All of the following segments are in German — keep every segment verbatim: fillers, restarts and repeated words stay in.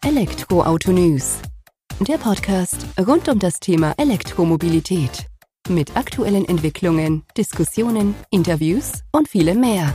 Elektroauto News, der Podcast rund um das Thema Elektromobilität. Mit aktuellen Entwicklungen, Diskussionen, Interviews und vielem mehr.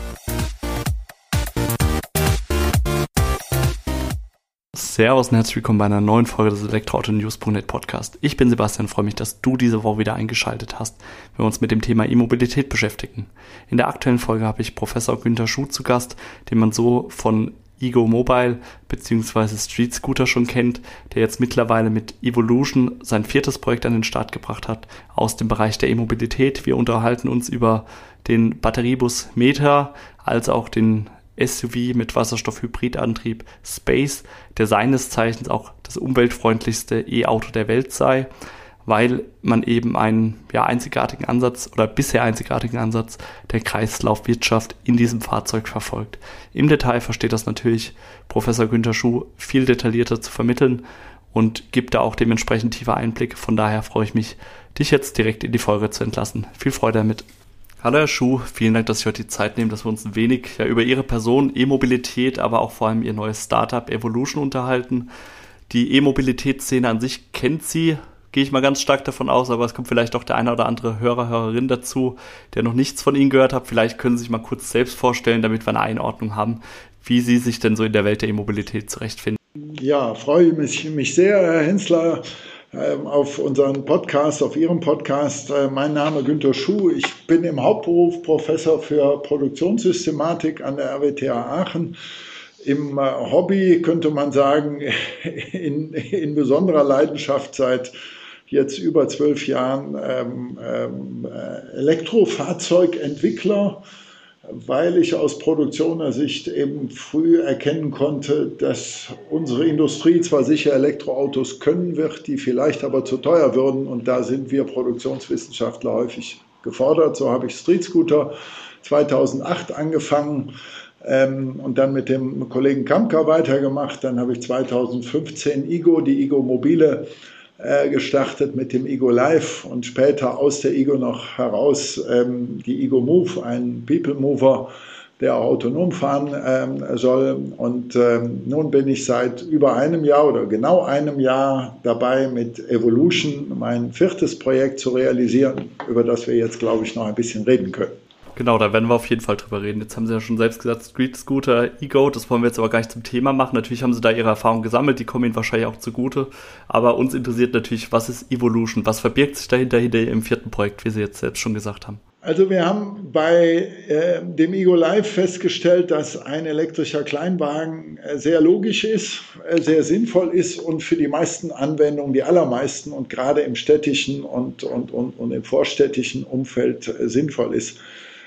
Servus und herzlich willkommen bei einer neuen Folge des Elektroauto News Punkt net Podcast. Ich bin Sebastian und freue mich, dass du diese Woche wieder eingeschaltet hast, wenn wir uns mit dem Thema E-Mobilität beschäftigen. In der aktuellen Folge habe ich Professor Günther Schuh zu Gast, den man so von Ego Mobile bzw. Street Scooter schon kennt, der jetzt mittlerweile mit Evolution sein viertes Projekt an den Start gebracht hat aus dem Bereich der E-Mobilität. Wir unterhalten uns über den Batteriebus Meter als auch den S U V mit Wasserstoff-Hybridantrieb Space, der seines Zeichens auch das umweltfreundlichste E-Auto der Welt sei, weil man eben einen ja, einzigartigen Ansatz oder bisher einzigartigen Ansatz der Kreislaufwirtschaft in diesem Fahrzeug verfolgt. Im Detail versteht das natürlich Professor Günther Schuh viel detaillierter zu vermitteln und gibt da auch dementsprechend tiefer Einblick. Von daher freue ich mich, dich jetzt direkt in die Folge zu entlassen. Viel Freude damit. Hallo Herr Schuh, vielen Dank, dass Sie heute die Zeit nehmen, dass wir uns ein wenig ja, über Ihre Person, E-Mobilität, aber auch vor allem Ihr neues Startup Evolution unterhalten. Die E-Mobilitätsszene an sich kennt Sie, gehe ich mal ganz stark davon aus, aber es kommt vielleicht auch der eine oder andere Hörer, Hörerin dazu, der noch nichts von Ihnen gehört hat. Vielleicht können Sie sich mal kurz selbst vorstellen, damit wir eine Einordnung haben, wie Sie sich denn so in der Welt der E-Mobilität zurechtfinden. Ja, freue mich, mich sehr, Herr Hensler, auf unseren Podcast, auf Ihrem Podcast. Mein Name ist Günther Schuh. Ich bin im Hauptberuf Professor für Produktionssystematik an der R W T H Aachen. Im Hobby könnte man sagen, in, in besonderer Leidenschaft seit jetzt über zwölf Jahren ähm, ähm, Elektrofahrzeugentwickler, weil ich aus Produktionssicht eben früh erkennen konnte, dass unsere Industrie zwar sicher Elektroautos können wird, die vielleicht aber zu teuer würden, und da sind wir Produktionswissenschaftler häufig gefordert. So habe ich Street Scooter zweitausendacht angefangen ähm, und dann mit dem Kollegen Kamka weitergemacht. Dann habe ich zweitausendfünfzehn Ego, die Ego Mobile, gestartet mit dem Ego Live und später aus der Ego noch heraus ähm, die Ego Move, ein People Mover, der auch autonom fahren ähm, soll. Und ähm, nun bin ich seit über einem Jahr oder genau einem Jahr dabei, mit Evolution mein viertes Projekt zu realisieren, über das wir jetzt, glaube ich, noch ein bisschen reden können. Genau, da werden wir auf jeden Fall drüber reden. Jetzt haben Sie ja schon selbst gesagt, Street Scooter, Ego, das wollen wir jetzt aber gar nicht zum Thema machen. Natürlich haben Sie da Ihre Erfahrungen gesammelt, die kommen Ihnen wahrscheinlich auch zugute. Aber uns interessiert natürlich, was ist Evolution? Was verbirgt sich dahinter, hinter Ihrem vierten Projekt, wie Sie jetzt selbst schon gesagt haben? Also wir haben bei äh, dem Ego Live festgestellt, dass ein elektrischer Kleinwagen äh, sehr logisch ist, äh, sehr sinnvoll ist und für die meisten Anwendungen, die allermeisten und gerade im städtischen und, und, und, und im vorstädtischen Umfeld äh, sinnvoll ist.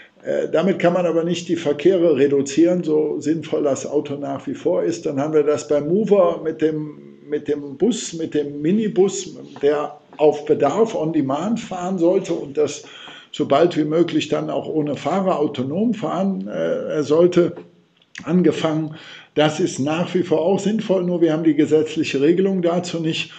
Damit kann man aber nicht die Verkehre reduzieren, so sinnvoll das Auto nach wie vor ist. Dann haben wir das beim Mover mit dem, mit dem Bus, mit dem Minibus, der auf Bedarf on demand fahren sollte und das so bald wie möglich dann auch ohne Fahrer autonom fahren äh, sollte, angefangen. Das ist nach wie vor auch sinnvoll, nur wir haben die gesetzliche Regelung dazu nicht,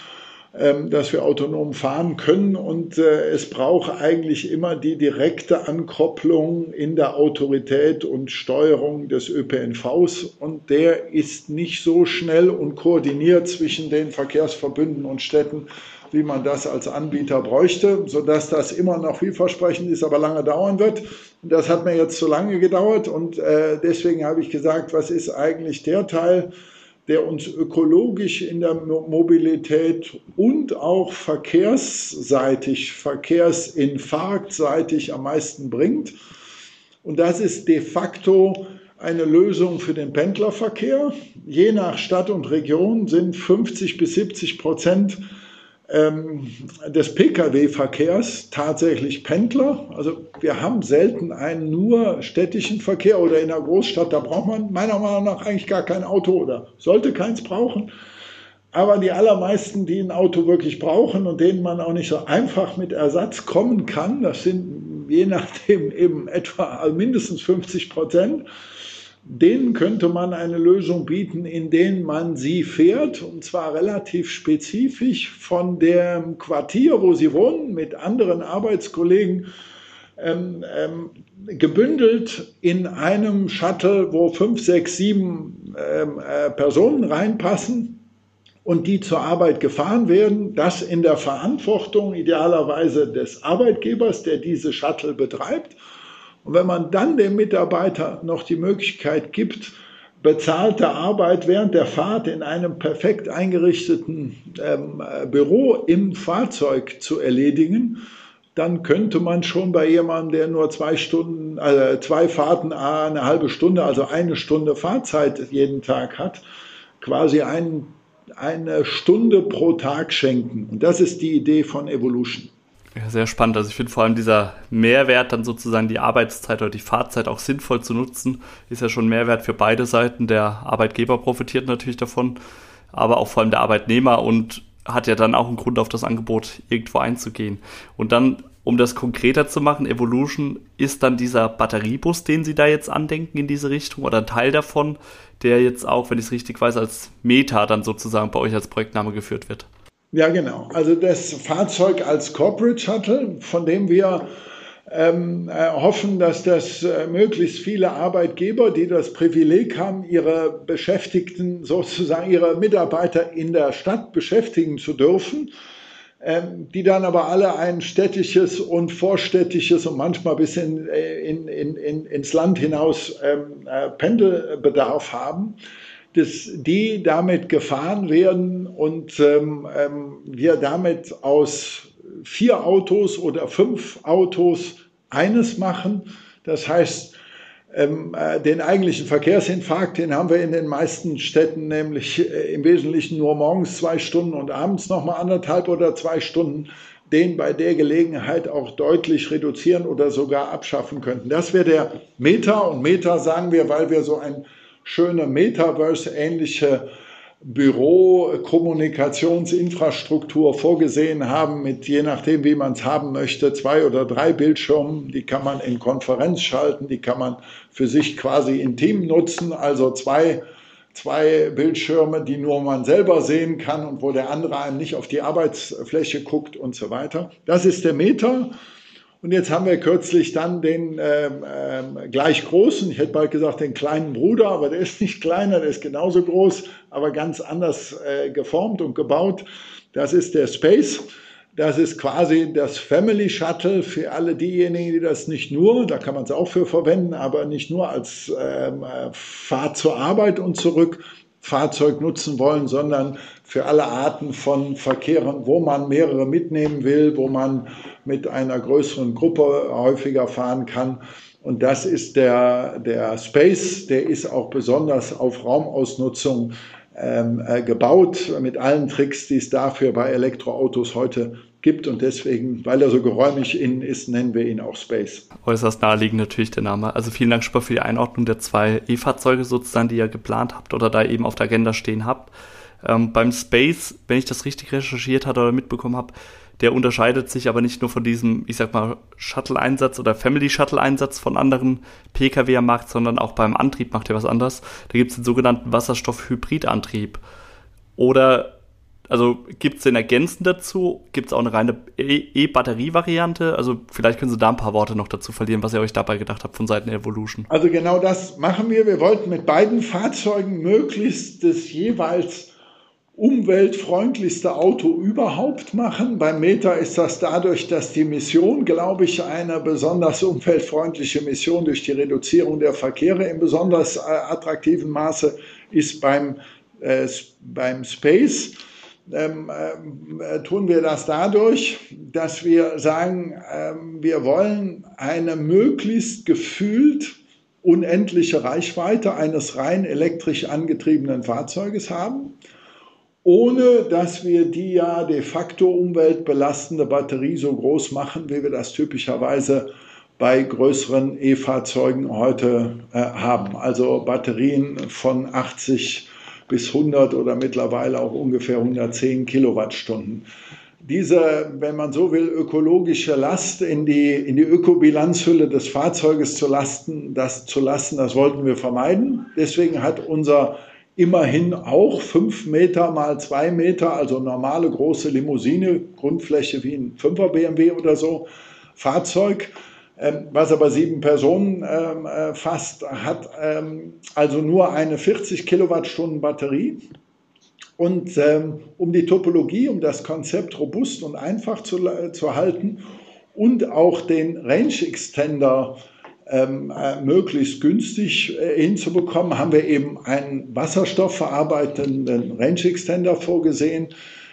dass wir autonom fahren können, und äh, es braucht eigentlich immer die direkte Ankopplung in der Autorität und Steuerung des Ö P N Vs, und der ist nicht so schnell und koordiniert zwischen den Verkehrsverbünden und Städten, wie man das als Anbieter bräuchte, sodass das immer noch vielversprechend ist, aber lange dauern wird. Und das hat mir jetzt zu lange gedauert, und äh, deswegen habe ich gesagt, was ist eigentlich der Teil, der uns ökologisch in der Mobilität und auch verkehrsseitig, verkehrsinfarktseitig am meisten bringt. Und das ist de facto eine Lösung für den Pendlerverkehr. Je nach Stadt und Region sind fünfzig bis siebzig Prozent des Pkw-Verkehrs tatsächlich Pendler. Also wir haben selten einen nur städtischen Verkehr, oder in einer Großstadt, da braucht man meiner Meinung nach eigentlich gar kein Auto oder sollte keins brauchen. Aber die allermeisten, die ein Auto wirklich brauchen und denen man auch nicht so einfach mit Ersatz kommen kann, das sind je nachdem eben etwa mindestens fünfzig Prozent, denen könnte man eine Lösung bieten, in der man sie fährt, und zwar relativ spezifisch von dem Quartier, wo sie wohnen, mit anderen Arbeitskollegen ähm, ähm, gebündelt in einem Shuttle, wo fünf, sechs, sieben ähm, äh, Personen reinpassen, und die zur Arbeit gefahren werden, das in der Verantwortung idealerweise des Arbeitgebers, der diese Shuttle betreibt. Und wenn man dann dem Mitarbeiter noch die Möglichkeit gibt, bezahlte Arbeit während der Fahrt in einem perfekt eingerichteten ähm, Büro im Fahrzeug zu erledigen, dann könnte man schon bei jemandem, der nur zwei Stunden, also zwei Fahrten, eine halbe Stunde, also eine Stunde Fahrzeit jeden Tag hat, quasi ein, eine Stunde pro Tag schenken. Und das ist die Idee von Evolution. Ja, sehr spannend. Also ich finde vor allem dieser Mehrwert, dann sozusagen die Arbeitszeit oder die Fahrzeit auch sinnvoll zu nutzen, ist ja schon ein Mehrwert für beide Seiten. Der Arbeitgeber profitiert natürlich davon, aber auch vor allem der Arbeitnehmer und hat ja dann auch einen Grund, auf das Angebot irgendwo einzugehen. Und dann, um das konkreter zu machen, Evolution ist dann dieser Batteriebus, den Sie da jetzt andenken in diese Richtung oder ein Teil davon, der jetzt auch, wenn ich es richtig weiß, als Meta dann sozusagen bei euch als Projektname geführt wird. Ja, genau. Also das Fahrzeug als Corporate Shuttle, von dem wir ähm, äh, hoffen, dass das äh, möglichst viele Arbeitgeber, die das Privileg haben, ihre Beschäftigten, sozusagen ihre Mitarbeiter in der Stadt beschäftigen zu dürfen, ähm, die dann aber alle ein städtisches und vorstädtisches und manchmal bis in, in, in, in, ins Land hinaus ähm, äh, Pendelbedarf haben, dass die damit gefahren werden und ähm, ähm, wir damit aus vier Autos oder fünf Autos eines machen. Das heißt, ähm, äh, den eigentlichen Verkehrsinfarkt, den haben wir in den meisten Städten nämlich äh, im Wesentlichen nur morgens zwei Stunden und abends nochmal anderthalb oder zwei Stunden, den bei der Gelegenheit auch deutlich reduzieren oder sogar abschaffen könnten. Das wäre der Meta, und Meta sagen wir, weil wir so ein schöne Metaverse-ähnliche Büro-Kommunikationsinfrastruktur vorgesehen haben mit, je nachdem wie man es haben möchte, zwei oder drei Bildschirmen. Die kann man in Konferenz schalten, die kann man für sich quasi intim nutzen, also zwei, zwei Bildschirme, die nur man selber sehen kann und wo der andere einem nicht auf die Arbeitsfläche guckt und so weiter. Das ist der Meta. Und jetzt haben wir kürzlich dann den ähm, ähm, gleich großen, ich hätte bald gesagt den kleinen Bruder, aber der ist nicht kleiner, der ist genauso groß, aber ganz anders äh, geformt und gebaut. Das ist der Space. Das ist quasi das Family Shuttle für alle diejenigen, die das nicht nur, da kann man es auch für verwenden, aber nicht nur als ähm, Fahrt zur Arbeit und zurück, Fahrzeug nutzen wollen, sondern für alle Arten von Verkehren, wo man mehrere mitnehmen will, wo man mit einer größeren Gruppe häufiger fahren kann. Und das ist der, der Space, der ist auch besonders auf Raumausnutzung ähm, äh, gebaut, mit allen Tricks, die es dafür bei Elektroautos heute gibt. Und deswegen, weil er so geräumig innen ist, nennen wir ihn auch Space. Äußerst naheliegend natürlich der Name. Also vielen Dank schon mal für die Einordnung der zwei E-Fahrzeuge sozusagen, die ihr geplant habt oder da eben auf der Agenda stehen habt. Ähm, beim Space, wenn ich das richtig recherchiert habe oder mitbekommen habe, der unterscheidet sich aber nicht nur von diesem, ich sag mal, Shuttle-Einsatz oder Family-Shuttle-Einsatz von anderen P K W am Markt, sondern auch beim Antrieb macht er was anderes. Da gibt es den sogenannten Wasserstoff-Hybrid-Antrieb. Oder, also gibt es den ergänzend dazu? Gibt es auch eine reine E-Batterie-Variante? Also vielleicht können Sie da ein paar Worte noch dazu verlieren, was ihr euch dabei gedacht habt von Seiten Evolution. Also genau das machen wir. Wir wollten mit beiden Fahrzeugen möglichst das jeweils umweltfreundlichste Auto überhaupt machen. Beim Meta ist das dadurch, dass die Mission, glaube ich, eine besonders umweltfreundliche Mission durch die Reduzierung der Verkehre in besonders äh, attraktivem Maße ist beim, äh, beim Space. Ähm, äh, tun wir das dadurch, dass wir sagen, äh, wir wollen eine möglichst gefühlt unendliche Reichweite eines rein elektrisch angetriebenen Fahrzeuges haben, ohne dass wir die ja de facto umweltbelastende Batterie so groß machen, wie wir das typischerweise bei größeren E-Fahrzeugen heute äh, haben. Also Batterien von achtzig bis hundert oder mittlerweile auch ungefähr hundertzehn Kilowattstunden. Diese, wenn man so will, ökologische Last in die, in die Ökobilanzhülle des Fahrzeuges zu lasten, das zu lassen, das wollten wir vermeiden. Deswegen hat unser immerhin auch fünf Meter mal zwei Meter, also normale große Limousine, Grundfläche wie ein Fünfer B M W oder so, Fahrzeug, ähm, was aber sieben Personen ähm, äh, fasst, hat ähm, also nur eine vierzig Kilowattstunden Batterie Und ähm, um die Topologie, um das Konzept robust und einfach zu, zu halten und auch den Range Extender ähm, äh, möglichst günstig äh, hinzubekommen, haben wir eben einen wasserstoffverarbeitenden Range Extender vorgesehen,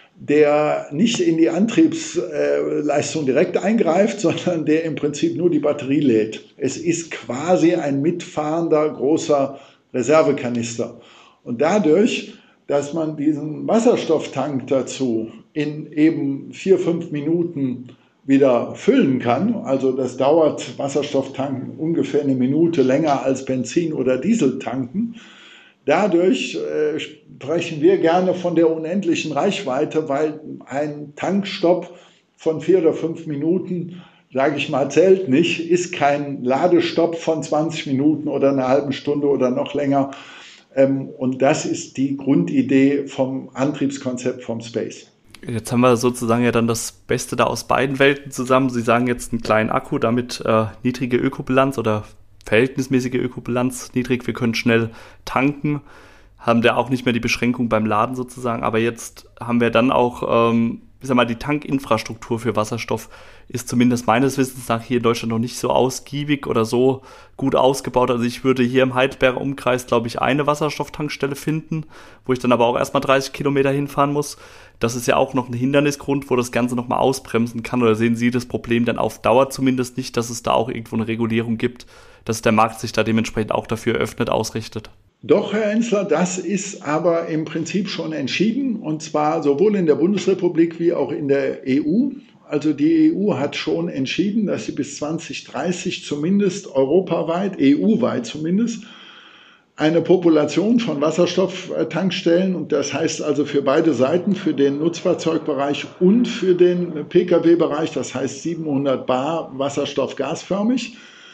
der nicht in die Antriebsleistung direkt eingreift, sondern der im Prinzip nur die Batterie lädt. Es ist quasi ein mitfahrender großer Reservekanister. Und dadurch, dass man diesen Wasserstofftank dazu in eben vier, fünf Minuten wieder füllen kann, also das dauert Wasserstofftanken ungefähr eine Minute länger als Benzin- oder Dieseltanken, dadurch äh, sprechen wir gerne von der unendlichen Reichweite, weil ein Tankstopp von vier oder fünf Minuten, sage ich mal, zählt nicht, ist kein Ladestopp von zwanzig Minuten oder einer halben Stunde oder noch länger. Ähm, und das ist die Grundidee vom Antriebskonzept vom Space. Jetzt haben wir sozusagen ja dann das Beste da aus beiden Welten zusammen. Sie sagen jetzt einen kleinen Akku, damit äh, niedrige Ökobilanz oder verhältnismäßige Ökobilanz niedrig. Wir können schnell tanken, haben da auch nicht mehr die Beschränkung beim Laden sozusagen. Aber jetzt haben wir dann auch, ähm, ich sag mal, die Tankinfrastruktur für Wasserstoff ist zumindest meines Wissens nach hier in Deutschland noch nicht so ausgiebig oder so gut ausgebaut. Also ich würde hier im Heidelberger Umkreis, glaube ich, eine Wasserstofftankstelle finden, wo ich dann aber auch erstmal dreißig Kilometer hinfahren muss. Das ist ja auch noch ein Hindernisgrund, wo das Ganze nochmal ausbremsen kann. Oder sehen Sie das Problem dann auf Dauer zumindest nicht, dass es da auch irgendwo eine Regulierung gibt, dass der Markt sich da dementsprechend auch dafür öffnet, ausrichtet? Doch, Herr Enzler, das ist aber im Prinzip schon entschieden, und zwar sowohl in der Bundesrepublik wie auch in der E U. Also die E U hat schon entschieden, dass sie bis zwanzig dreißig zumindest europaweit, E U-weit zumindest, eine Population von Wasserstofftankstellen, und das heißt also für beide Seiten, für den Nutzfahrzeugbereich und für den Pkw-Bereich, das heißt siebenhundert Bar Wasserstoff gasförmig,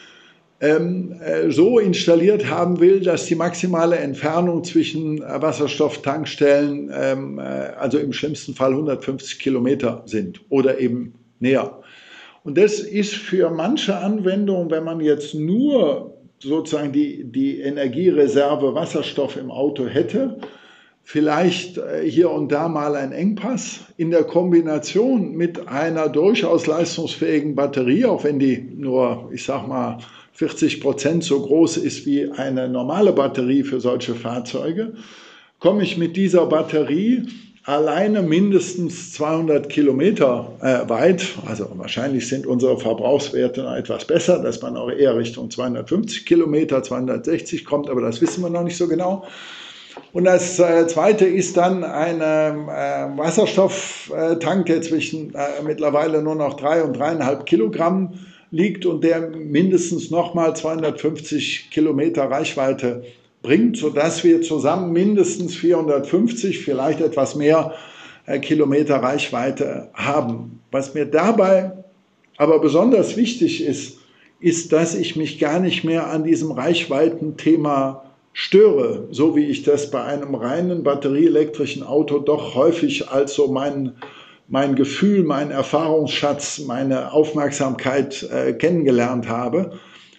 ähm, äh, so installiert haben will, dass die maximale Entfernung zwischen äh, Wasserstofftankstellen, ähm, äh, also im schlimmsten Fall hundertfünfzig Kilometer sind oder eben näher. Und das ist für manche Anwendungen, wenn man jetzt nur sozusagen die, die Energiereserve Wasserstoff im Auto hätte, vielleicht hier und da mal ein Engpass. In der Kombination mit einer durchaus leistungsfähigen Batterie, auch wenn die nur, ich sag mal, vierzig Prozent so groß ist wie eine normale Batterie für solche Fahrzeuge, komme ich mit dieser Batterie alleine mindestens zweihundert Kilometer äh, weit. Also wahrscheinlich sind unsere Verbrauchswerte noch etwas besser, dass man auch eher Richtung zweihundertfünfzig Kilometer, zweihundertsechzig kommt, aber das wissen wir noch nicht so genau. Und das äh, Zweite ist dann ein äh, Wasserstofftank, der zwischen äh, mittlerweile nur noch drei und dreieinhalb Kilogramm liegt und der mindestens nochmal zweihundertfünfzig Kilometer Reichweite bringt, sodass wir zusammen mindestens vierhundertfünfzig, vielleicht etwas mehr äh, Kilometer Reichweite haben. Was mir dabei aber besonders wichtig ist, ist, dass ich mich gar nicht mehr an diesem Reichweitenthema störe, so wie ich das bei einem reinen batterieelektrischen Auto doch häufig als so mein, mein Gefühl, mein Erfahrungsschatz, meine Aufmerksamkeit äh, kennengelernt habe,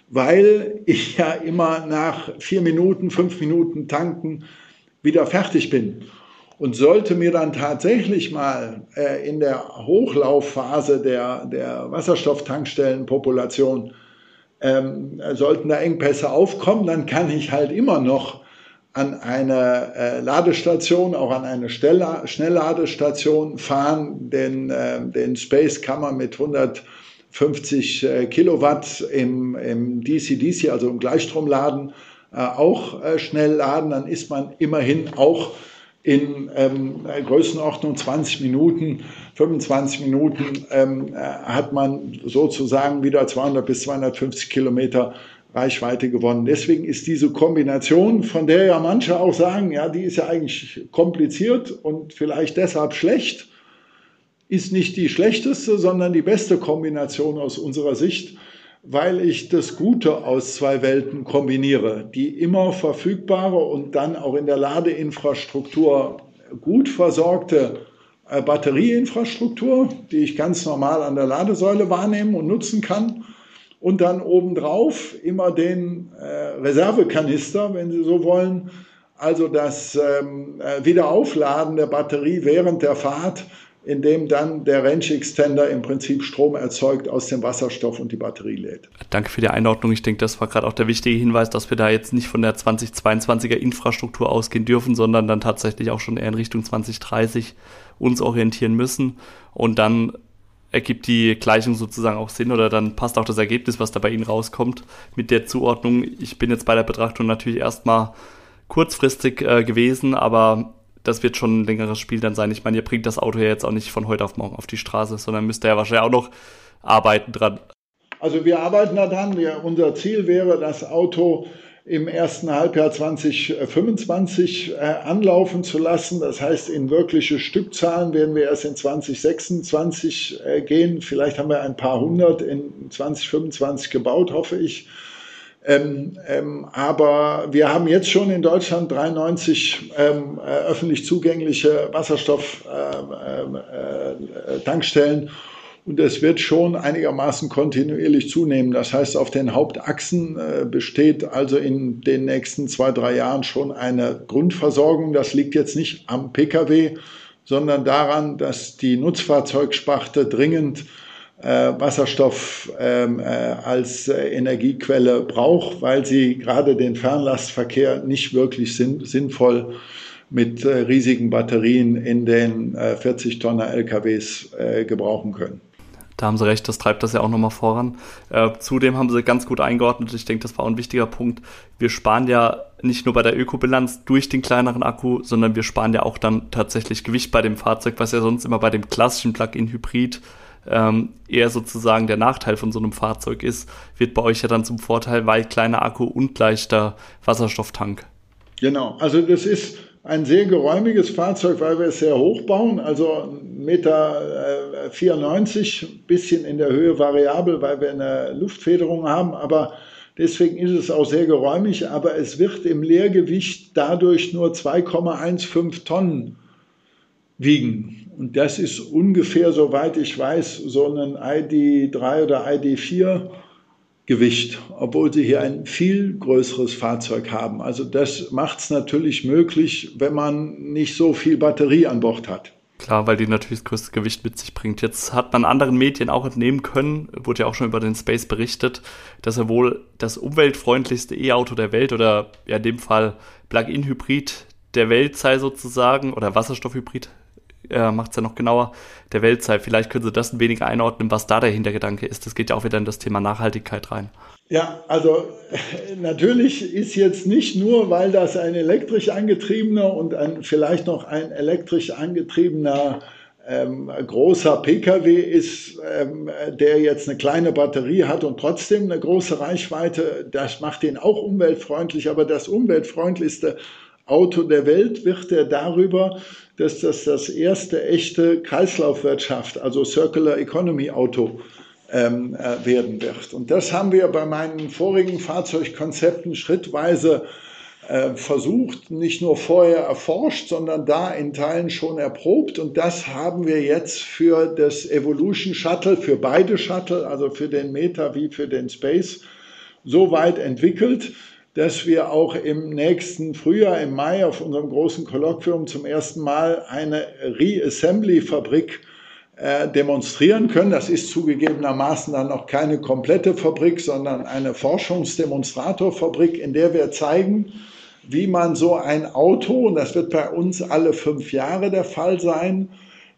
weil ich ja immer nach vier Minuten, fünf Minuten tanken wieder fertig bin. Und sollte mir dann tatsächlich mal äh, in der Hochlaufphase der, der Wasserstofftankstellenpopulation ähm, sollten da Engpässe aufkommen, dann kann ich halt immer noch an eine äh, Ladestation, auch an eine Stella- Schnellladestation fahren. Den, äh, den Space kann man mit hundertfünfzig äh, Kilowatt im, im D C D C, also im Gleichstromladen, äh, auch äh, schnell laden. Dann ist man immerhin auch in ähm, Größenordnung zwanzig Minuten, fünfundzwanzig Minuten ähm, äh, hat man sozusagen wieder zweihundert bis zweihundertfünfzig Kilometer Reichweite gewonnen. Deswegen ist diese Kombination, von der ja manche auch sagen, ja, die ist ja eigentlich kompliziert und vielleicht deshalb schlecht, ist nicht die schlechteste, sondern die beste Kombination aus unserer Sicht, weil ich das Gute aus zwei Welten kombiniere. Die immer verfügbare und dann auch in der Ladeinfrastruktur gut versorgte äh, Batterieinfrastruktur, die ich ganz normal an der Ladesäule wahrnehmen und nutzen kann. Und dann obendrauf immer den äh, Reservekanister, wenn Sie so wollen, also das ähm, Wiederaufladen der Batterie während der Fahrt, indem dann der Range Extender im Prinzip Strom erzeugt aus dem Wasserstoff und die Batterie lädt. Danke für die Einordnung. Ich denke, das war gerade auch der wichtige Hinweis, dass wir da jetzt nicht von der zweitausendzweiundzwanziger Infrastruktur ausgehen dürfen, sondern dann tatsächlich auch schon eher in Richtung zwanzig dreißig uns orientieren müssen. Und dann ergibt die Gleichung sozusagen auch Sinn oder dann passt auch das Ergebnis, was da bei Ihnen rauskommt, mit der Zuordnung. Ich bin jetzt bei der Betrachtung natürlich erstmal kurzfristig äh, gewesen, aber das wird schon ein längeres Spiel dann sein. Ich meine, ihr bringt das Auto ja jetzt auch nicht von heute auf morgen auf die Straße, sondern müsst ihr ja wahrscheinlich auch noch arbeiten dran. Also wir arbeiten daran. Wir, unser Ziel wäre, das Auto im ersten Halbjahr zwanzig fünfundzwanzig äh, anlaufen zu lassen. Das heißt, in wirkliche Stückzahlen werden wir erst in zwanzig sechsundzwanzig äh, gehen. Vielleicht haben wir ein paar hundert in zwanzig fünfundzwanzig gebaut, hoffe ich. Ähm, ähm, aber wir haben jetzt schon in Deutschland dreiundneunzig ähm, äh, öffentlich zugängliche Wasserstoff-Tankstellen. Äh, äh, Und es wird schon einigermaßen kontinuierlich zunehmen. Das heißt, auf den Hauptachsen äh, besteht also in den nächsten zwei, drei Jahren schon eine Grundversorgung. Das liegt jetzt nicht am Pkw, sondern daran, dass die Nutzfahrzeugsparte dringend äh, Wasserstoff ähm, äh, als äh, Energiequelle braucht, weil sie gerade den Fernlastverkehr nicht wirklich sinn- sinnvoll mit äh, riesigen Batterien in den äh, vierzig Tonner L K Ws äh, gebrauchen können. Da haben Sie recht, das treibt das ja auch nochmal voran. Äh, zudem haben Sie ganz gut eingeordnet, ich denke, das war auch ein wichtiger Punkt. Wir sparen ja nicht nur bei der Ökobilanz durch den kleineren Akku, sondern wir sparen ja auch dann tatsächlich Gewicht bei dem Fahrzeug, was ja sonst immer bei dem klassischen Plug-in-Hybrid ähm, eher sozusagen der Nachteil von so einem Fahrzeug ist, wird bei euch ja dann zum Vorteil, weil kleiner Akku und leichter Wasserstofftank. Genau, also das ist ein sehr geräumiges Fahrzeug, weil wir es sehr hoch bauen, also eins Komma vierundneunzig Meter, bisschen in der Höhe variabel, weil wir eine Luftfederung haben, aber deswegen ist es auch sehr geräumig, aber es wird im Leergewicht dadurch nur zwei Komma fünfzehn Tonnen wiegen. Und das ist ungefähr, soweit ich weiß, so ein I D drei oder I D vier Gewicht, obwohl sie hier ein viel größeres Fahrzeug haben. Also das macht es natürlich möglich, wenn man nicht so viel Batterie an Bord hat. Klar, weil die natürlich das größte Gewicht mit sich bringt. Jetzt hat man anderen Medien auch entnehmen können, wurde ja auch schon über den Space berichtet, dass er wohl das umweltfreundlichste E-Auto der Welt oder ja in dem Fall Plug-in-Hybrid der Welt sei sozusagen oder Wasserstoffhybrid, äh, macht es ja noch genauer, der Welt sei. Vielleicht können Sie das ein wenig einordnen, was da der Hintergedanke ist. Das geht ja auch wieder in das Thema Nachhaltigkeit rein. Ja, also natürlich ist jetzt nicht nur, weil das ein elektrisch angetriebener und ein, vielleicht noch ein elektrisch angetriebener ähm, großer Pkw ist, ähm, der jetzt eine kleine Batterie hat und trotzdem eine große Reichweite, das macht ihn auch umweltfreundlich, aber das umweltfreundlichste Auto der Welt wird er darüber, dass das das erste echte Kreislaufwirtschaft, also Circular Economy Auto ähm, äh, werden wird. Und das haben wir bei meinen vorigen Fahrzeugkonzepten schrittweise äh, versucht, nicht nur vorher erforscht, sondern da in Teilen schon erprobt. Und das haben wir jetzt für das Evolution Shuttle, für beide Shuttle, also für den Meta wie für den Space, so weit entwickelt, dass wir auch im nächsten Frühjahr, im Mai, auf unserem großen Kolloquium zum ersten Mal eine Reassembly-Fabrik äh, demonstrieren können. Das ist zugegebenermaßen dann noch keine komplette Fabrik, sondern eine Forschungsdemonstratorfabrik, in der wir zeigen, wie man so ein Auto, und das wird bei uns alle fünf Jahre der Fall sein,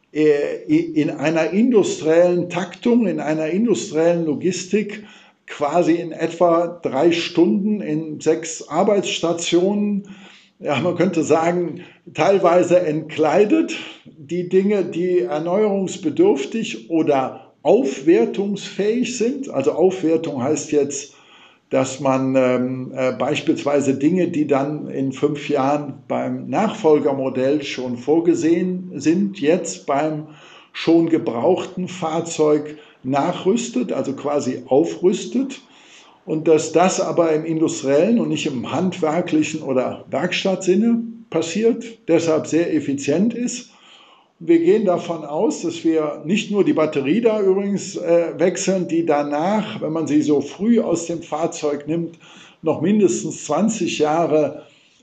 äh, in einer industriellen Taktung, in einer industriellen Logistik quasi in etwa drei Stunden in sechs Arbeitsstationen, ja, man könnte sagen, teilweise entkleidet, die Dinge, die erneuerungsbedürftig oder aufwertungsfähig sind. Also Aufwertung heißt jetzt, dass man ähm, äh, beispielsweise Dinge, die dann in fünf Jahren beim Nachfolgermodell schon vorgesehen sind, jetzt beim schon gebrauchten Fahrzeug nachrüstet, also quasi aufrüstet, und dass das aber im industriellen und nicht im handwerklichen oder Werkstattsinne passiert, deshalb sehr effizient ist. Wir gehen davon aus, dass wir nicht nur die Batterie da übrigens äh, wechseln, die danach, wenn man sie so früh aus dem Fahrzeug nimmt, noch mindestens zwanzig Jahre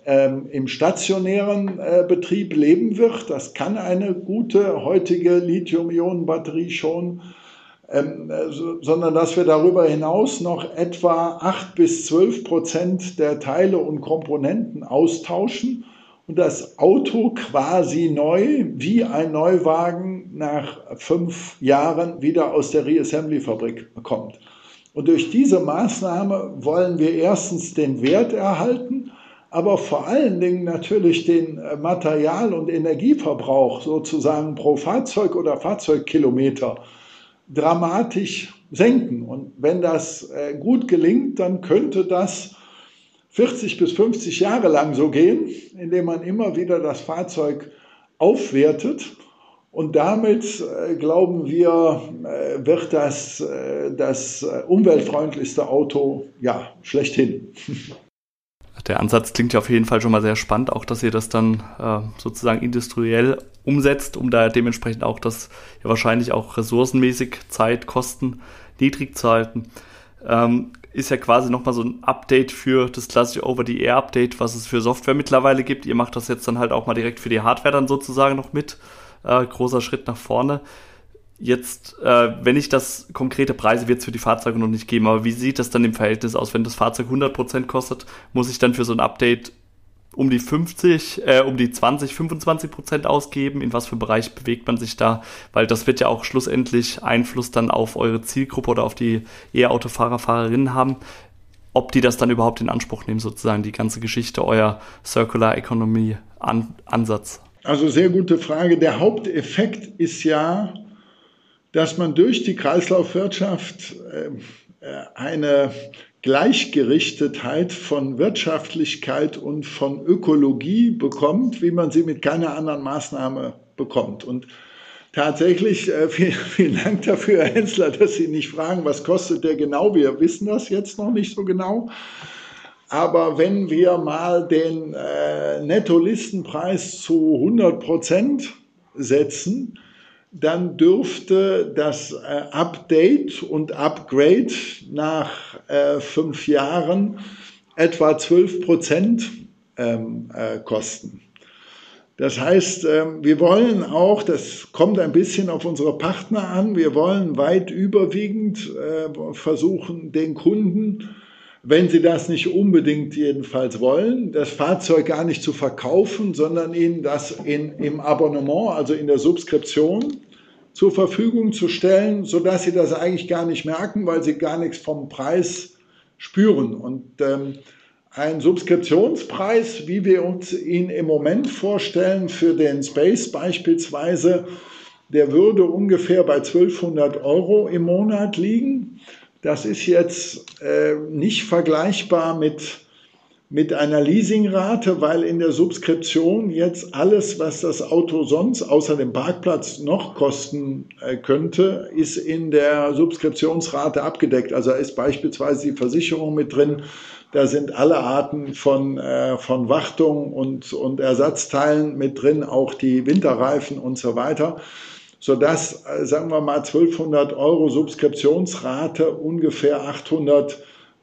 ähm, im stationären äh, Betrieb leben wird. Das kann eine gute heutige Lithium-Ionen-Batterie schon. Ähm, so, sondern dass wir darüber hinaus noch etwa acht bis zwölf Prozent der Teile und Komponenten austauschen und das Auto quasi neu, wie ein Neuwagen, nach fünf Jahren wieder aus der Reassembly-Fabrik kommt. Und durch diese Maßnahme wollen wir erstens den Wert erhalten, aber vor allen Dingen natürlich den Material- und Energieverbrauch sozusagen pro Fahrzeug oder Fahrzeugkilometer dramatisch senken. Und wenn das äh, gut gelingt, dann könnte das vierzig bis fünfzig Jahre lang so gehen, indem man immer wieder das Fahrzeug aufwertet. Und damit, äh, glauben wir, äh, wird das äh, das umweltfreundlichste Auto ja schlechthin. Der Ansatz klingt ja auf jeden Fall schon mal sehr spannend, auch dass ihr das dann äh, sozusagen industriell umsetzt, um da dementsprechend auch das ja wahrscheinlich auch ressourcenmäßig Zeit, Kosten niedrig zu halten. Ähm, ist ja quasi nochmal so ein Update für das klassische Over-the-Air-Update, was es für Software mittlerweile gibt. Ihr macht das jetzt dann halt auch mal direkt für die Hardware dann sozusagen noch mit. Äh, großer Schritt nach vorne. Jetzt, äh, wenn ich das konkrete Preise wird es für die Fahrzeuge noch nicht geben, aber wie sieht das dann im Verhältnis aus? Wenn das Fahrzeug hundert Prozent kostet, muss ich dann für so ein Update um die fünfzig, äh, um die zwanzig, fünfundzwanzig Prozent ausgeben? In was für Bereich bewegt man sich da? Weil das wird ja auch schlussendlich Einfluss dann auf eure Zielgruppe oder auf die E-Autofahrer, Fahrerinnen haben. Ob die das dann überhaupt in Anspruch nehmen, sozusagen die ganze Geschichte, euer Circular Economy An- Ansatz. Also sehr gute Frage. Der Haupteffekt ist ja, dass man durch die Kreislaufwirtschaft eine Gleichgerichtetheit von Wirtschaftlichkeit und von Ökologie bekommt, wie man sie mit keiner anderen Maßnahme bekommt. Und tatsächlich, vielen, vielen Dank dafür, Herr Hensler, dass Sie nicht fragen, was kostet der genau. Wir wissen das jetzt noch nicht so genau. Aber wenn wir mal den äh, Nettolistenpreis zu hundert Prozent setzen, dann dürfte das äh, Update und Upgrade nach äh, fünf Jahren etwa zwölf Prozent ähm, äh, kosten. Das heißt, äh, wir wollen auch, das kommt ein bisschen auf unsere Partner an, wir wollen weit überwiegend äh, versuchen, den Kunden, wenn sie das nicht unbedingt jedenfalls wollen, das Fahrzeug gar nicht zu verkaufen, sondern ihnen das in, im Abonnement, also in der Subskription, zur Verfügung zu stellen, sodass sie das eigentlich gar nicht merken, weil sie gar nichts vom Preis spüren. Und ähm, ein Subskriptionspreis, wie wir uns ihn im Moment vorstellen, für den Space beispielsweise, der würde ungefähr bei zwölfhundert Euro im Monat liegen. Das ist jetzt äh, nicht vergleichbar mit, mit einer Leasingrate, weil in der Subskription jetzt alles, was das Auto sonst außer dem Parkplatz noch kosten äh, könnte, ist in der Subskriptionsrate abgedeckt. Also da ist beispielsweise die Versicherung mit drin, da sind alle Arten von, äh, von Wartung und, und Ersatzteilen mit drin, auch die Winterreifen und so weiter. Sodass, sagen wir mal, zwölfhundert Euro Subskriptionsrate ungefähr achthundert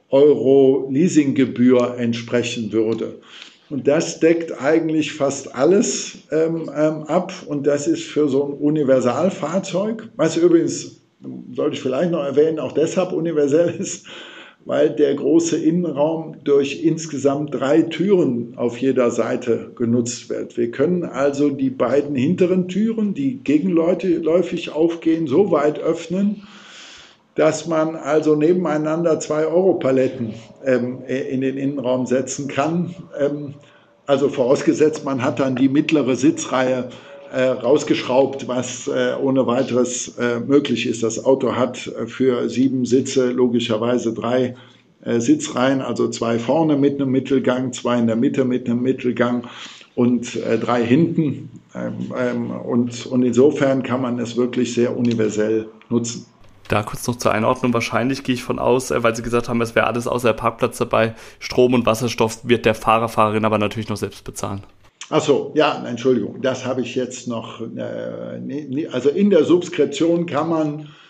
Euro Leasinggebühr entsprechen würde. Und das deckt eigentlich fast alles ähm, ähm, ab. Und das ist für so ein Universalfahrzeug, was übrigens, sollte ich vielleicht noch erwähnen, auch deshalb universell ist, weil der große Innenraum durch insgesamt drei Türen auf jeder Seite genutzt wird. Wir können also die beiden hinteren Türen, die gegenläufig aufgehen, so weit öffnen, dass man also nebeneinander zwei Euro-Paletten ähm, in den Innenraum setzen kann. Ähm, also vorausgesetzt, man hat dann die mittlere Sitzreihe äh, rausgeschraubt, was äh, ohne weiteres äh, möglich ist. Das Auto hat äh, für sieben Sitze logischerweise drei äh, Sitzreihen, also zwei vorne mit einem Mittelgang, zwei in der Mitte mit einem Mittelgang und äh, drei hinten. Ähm, ähm, und, und insofern kann man es wirklich sehr universell nutzen. Da kurz noch zur Einordnung, wahrscheinlich gehe ich von aus, weil Sie gesagt haben, es wäre alles außer der Parkplatz dabei, Strom und Wasserstoff wird der Fahrer, Fahrerin aber natürlich noch selbst bezahlen. Ach so, ja, Entschuldigung, das habe ich jetzt noch, äh, nie, also in der Subskription kann man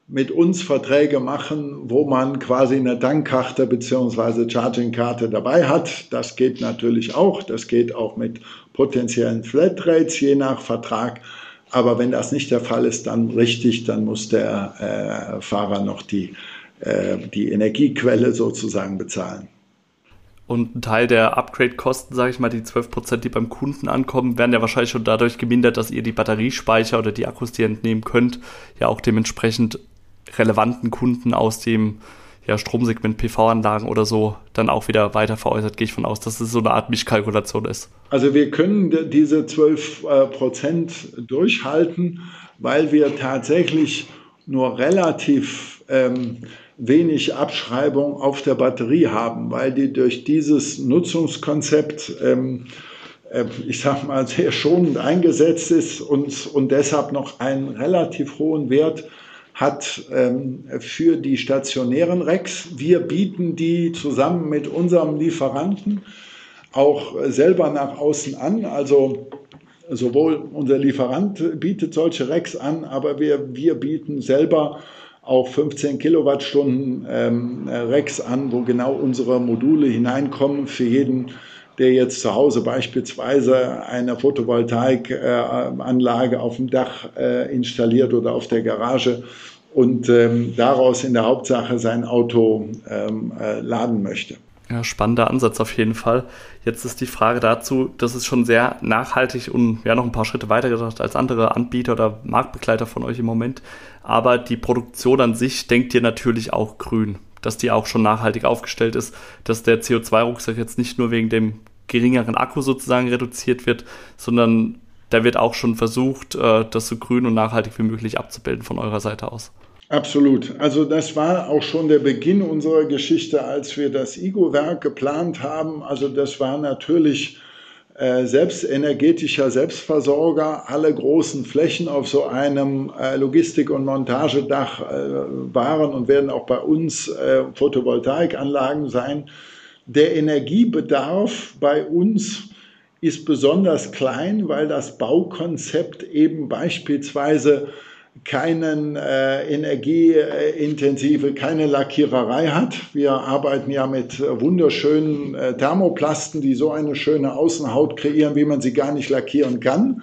mit uns Verträge machen, wo man quasi eine Tankkarte bzw. Chargingkarte dabei hat. Das geht natürlich auch. Das geht auch mit potenziellen Flatrates, je nach Vertrag. Aber wenn das nicht der Fall ist, dann richtig, dann muss der äh, Fahrer noch die, äh, die Energiequelle sozusagen bezahlen. Und ein Teil der Upgrade-Kosten, sage ich mal, die zwölf Prozent, die beim Kunden ankommen, werden ja wahrscheinlich schon dadurch gemindert, dass ihr die Batteriespeicher oder die Akkus, die ihr entnehmen könnt, ja auch dementsprechend relevanten Kunden aus dem ja, Stromsegment P V-Anlagen oder so dann auch wieder weiter veräußert, gehe ich von aus, dass es so eine Art Mischkalkulation ist. Also wir können diese zwölf Prozent durchhalten, weil wir tatsächlich nur relativ ähm, wenig Abschreibung auf der Batterie haben, weil die durch dieses Nutzungskonzept, ähm, äh, ich sag mal, sehr schonend eingesetzt ist und, und deshalb noch einen relativ hohen Wert hat ähm, für die stationären Racks. Wir bieten die zusammen mit unserem Lieferanten auch selber nach außen an. Also sowohl unser Lieferant bietet solche Racks an, aber wir, wir bieten selber auch fünfzehn Kilowattstunden ähm, Racks an, wo genau unsere Module hineinkommen für jeden, der jetzt zu Hause beispielsweise eine Photovoltaikanlage äh, auf dem Dach äh, installiert oder auf der Garage und ähm, daraus in der Hauptsache sein Auto ähm, äh, laden möchte. Ja, spannender Ansatz auf jeden Fall. Jetzt ist die Frage dazu, das ist schon sehr nachhaltig und ja noch ein paar Schritte weiter gedacht als andere Anbieter oder Marktbegleiter von euch im Moment. Aber die Produktion an sich denkt ihr natürlich auch grün, dass die auch schon nachhaltig aufgestellt ist, dass der C O zwei Rucksack jetzt nicht nur wegen dem geringeren Akku sozusagen reduziert wird, sondern da wird auch schon versucht, das so grün und nachhaltig wie möglich abzubilden von eurer Seite aus. Absolut. Also das war auch schon der Beginn unserer Geschichte, als wir das I G O-Werk geplant haben. Also das war natürlich äh, selbst energetischer Selbstversorger. Alle großen Flächen auf so einem äh, Logistik- und Montagedach äh, waren und werden auch bei uns äh, Photovoltaikanlagen sein. Der Energiebedarf bei uns ist besonders klein, weil das Baukonzept eben beispielsweise keinen äh, energieintensive, keine Lackiererei hat. Wir arbeiten ja mit wunderschönen äh, Thermoplasten, die so eine schöne Außenhaut kreieren, wie man sie gar nicht lackieren kann.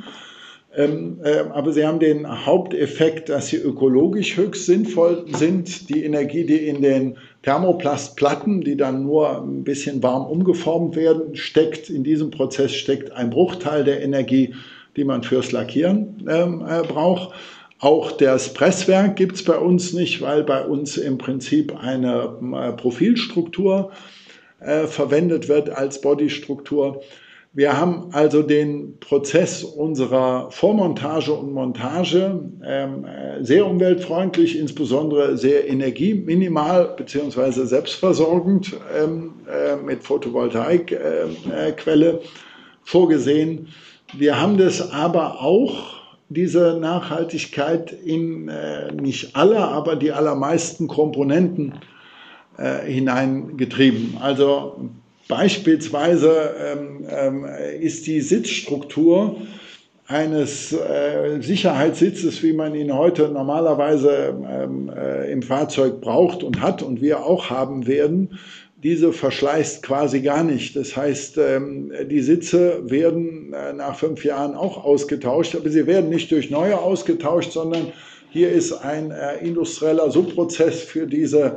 Ähm, äh, aber sie haben den Haupteffekt, dass sie ökologisch höchst sinnvoll sind. Die Energie, die in den Thermoplastplatten, die dann nur ein bisschen warm umgeformt werden, steckt, in diesem Prozess steckt ein Bruchteil der Energie, die man fürs Lackieren ähm, äh, braucht. Auch das Presswerk gibt es bei uns nicht, weil bei uns im Prinzip eine äh, Profilstruktur äh, verwendet wird als Bodystruktur. Wir haben also den Prozess unserer Vormontage und Montage ähm, sehr umweltfreundlich, insbesondere sehr energieminimal bzw. selbstversorgend ähm, äh, mit Photovoltaikquelle äh, vorgesehen. Wir haben das aber auch, diese Nachhaltigkeit in äh, nicht alle, aber die allermeisten Komponenten äh, hineingetrieben. Also beispielsweise ähm, ähm, ist die Sitzstruktur eines äh, Sicherheitssitzes, wie man ihn heute normalerweise ähm, äh, im Fahrzeug braucht und hat und wir auch haben werden, diese verschleißt quasi gar nicht. Das heißt, die Sitze werden nach fünf Jahren auch ausgetauscht, aber sie werden nicht durch neue ausgetauscht, sondern hier ist ein industrieller Subprozess für diese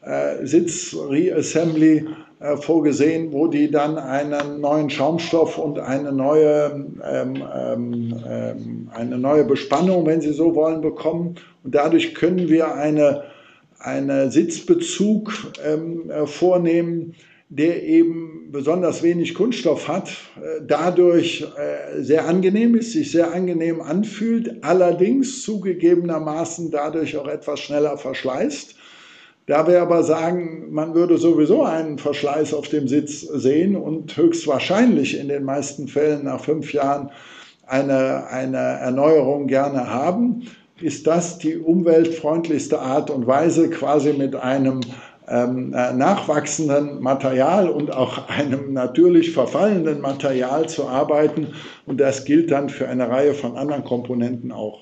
Sitz-Reassembly vorgesehen, wo die dann einen neuen Schaumstoff und eine neue, ähm, ähm, eine neue Bespannung, wenn Sie so wollen, bekommen. Und dadurch können wir eine einen Sitzbezug ähm, äh, vornehmen, der eben besonders wenig Kunststoff hat, äh, dadurch äh, sehr angenehm ist, sich sehr angenehm anfühlt, allerdings zugegebenermaßen dadurch auch etwas schneller verschleißt. Da wir aber sagen, man würde sowieso einen Verschleiß auf dem Sitz sehen und höchstwahrscheinlich in den meisten Fällen nach fünf Jahren eine, eine Erneuerung gerne haben, ist das die umweltfreundlichste Art und Weise, quasi mit einem ähm, nachwachsenden Material und auch einem natürlich verfallenden Material zu arbeiten. Und das gilt dann für eine Reihe von anderen Komponenten auch.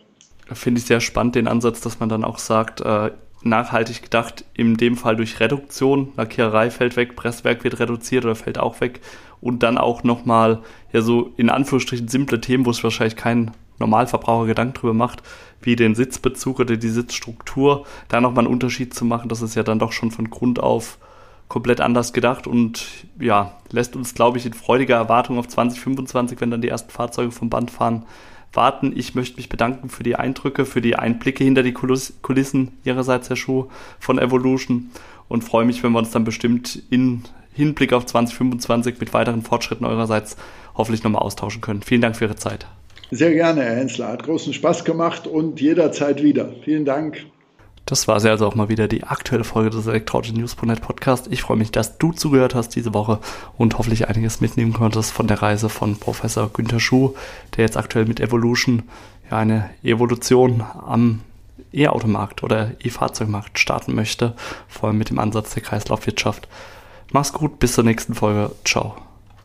finde ich sehr spannend den Ansatz, dass man dann auch sagt, äh, nachhaltig gedacht, in dem Fall durch Reduktion, Lackiererei fällt weg, Presswerk wird reduziert oder fällt auch weg und dann auch nochmal ja so in Anführungsstrichen simple Themen, wo es wahrscheinlich kein Normalverbraucher Gedanken drüber macht, wie den Sitzbezug oder die Sitzstruktur, da nochmal einen Unterschied zu machen, das ist ja dann doch schon von Grund auf komplett anders gedacht und ja, lässt uns, glaube ich, in freudiger Erwartung auf zwanzig fünfundzwanzig, wenn dann die ersten Fahrzeuge vom Band fahren, warten. Ich möchte mich bedanken für die Eindrücke, für die Einblicke hinter die Kulissen Ihrerseits, Herr Schuh, von Evolution und freue mich, wenn wir uns dann bestimmt in Hinblick auf zwanzig fünfundzwanzig mit weiteren Fortschritten Eurerseits hoffentlich nochmal austauschen können. Vielen Dank für Ihre Zeit. Sehr gerne, Herr Hensler. Hat großen Spaß gemacht und jederzeit wieder. Vielen Dank. Das war sie also auch mal wieder, die aktuelle Folge des Elektroauto News Punkt net Podcast. Ich freue mich, dass du zugehört hast diese Woche und hoffentlich einiges mitnehmen konntest von der Reise von Professor Günther Schuh, der jetzt aktuell mit Evolution ja eine Evolution am E-Automarkt oder E-Fahrzeugmarkt starten möchte, vor allem mit dem Ansatz der Kreislaufwirtschaft. Mach's gut, bis zur nächsten Folge. Ciao.